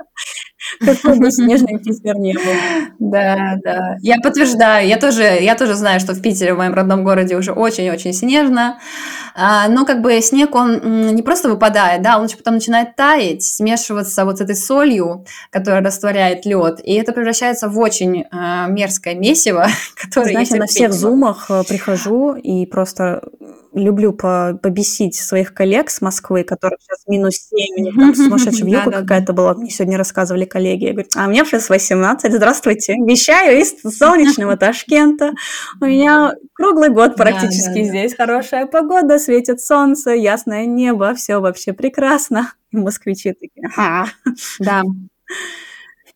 Какой бы снежный Питер не был. Да, да. Я подтверждаю, я тоже я тоже знаю, что в Питере, в моем родном городе, уже очень-очень снежно. А, но как бы снег, он, м, не просто выпадает, да, он еще потом начинает таять, смешиваться вот с этой солью, которая растворяет лед, и это превращается в очень, а, мерзкое месиво, Ты которое я знаешь, я на всех терпеть не могу. зумах, э, прихожу и просто, м, люблю по побесить своих коллег с Москвы, которых щас минус семь, у них там сумасшедшая вьюга Да-да-да. какая-то была, мне сегодня рассказывали коллеги. Я говорю: "А мне щас восемнадцать, здравствуйте, вещаю из солнечного Ташкента. У меня круглый год практически Да-да-да. здесь хорошая погода, светит солнце, ясное небо, всё вообще прекрасно". И москвичи такие: "Ага". Да.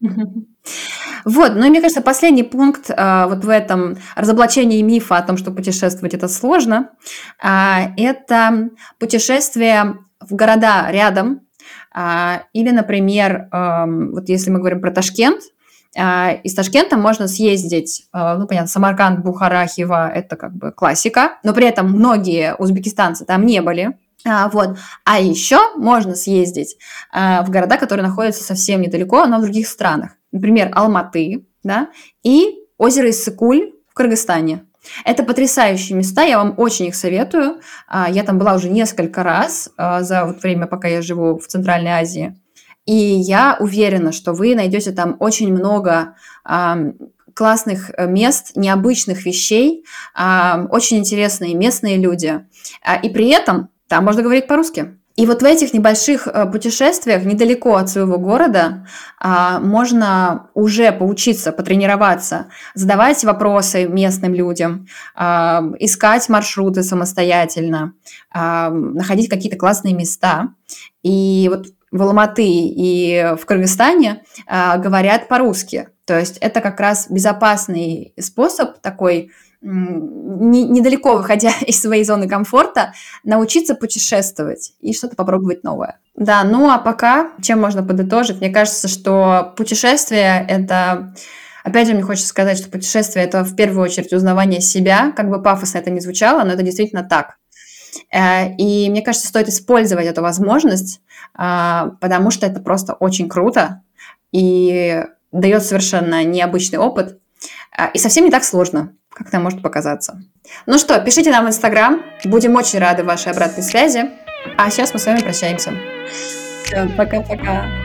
Вот, ну и мне кажется, последний пункт а, вот в этом разоблачении мифа о том, что путешествовать это сложно, а, это путешествие в города рядом. А, или, например, а, вот если мы говорим про Ташкент, а, из Ташкента можно съездить, а, ну, понятно, Самарканд, Бухара, Хива, это как бы классика, но при этом многие узбекистанцы там не были. А, вот. А еще можно съездить а, в города, которые находятся совсем недалеко, но в других странах. Например, Алматы, да, и озеро Иссык-Куль в Кыргызстане. Это потрясающие места, я вам очень их советую. А, я там была уже несколько раз а, за вот время, пока я живу в Центральной Азии. И я уверена, что вы найдете там очень много а, классных мест, необычных вещей, а, очень интересные местные люди. А, и при этом там можно говорить по-русски. И вот в этих небольших э, путешествиях недалеко от своего города а, можно уже поучиться, потренироваться, задавать вопросы местным людям, а, искать маршруты самостоятельно, а, находить какие-то классные места. И вот в Алматы и в Кыргызстане а, говорят по-русски. То есть это как раз безопасный способ такой, не, недалеко выходя из своей зоны комфорта, научиться путешествовать и что-то попробовать новое. Да, ну а пока, чем можно подытожить? Мне кажется, что путешествие – это… Опять же, мне хочется сказать, что путешествие – это в первую очередь узнавание себя, как бы пафосно это ни звучало, но это действительно так. И мне кажется, стоит использовать эту возможность, потому что это просто очень круто и дает совершенно необычный опыт, и совсем не так сложно, как нам может показаться. Ну что, пишите нам в Инстаграм, будем очень рады вашей обратной связи. А сейчас мы с вами прощаемся. Все, пока-пока.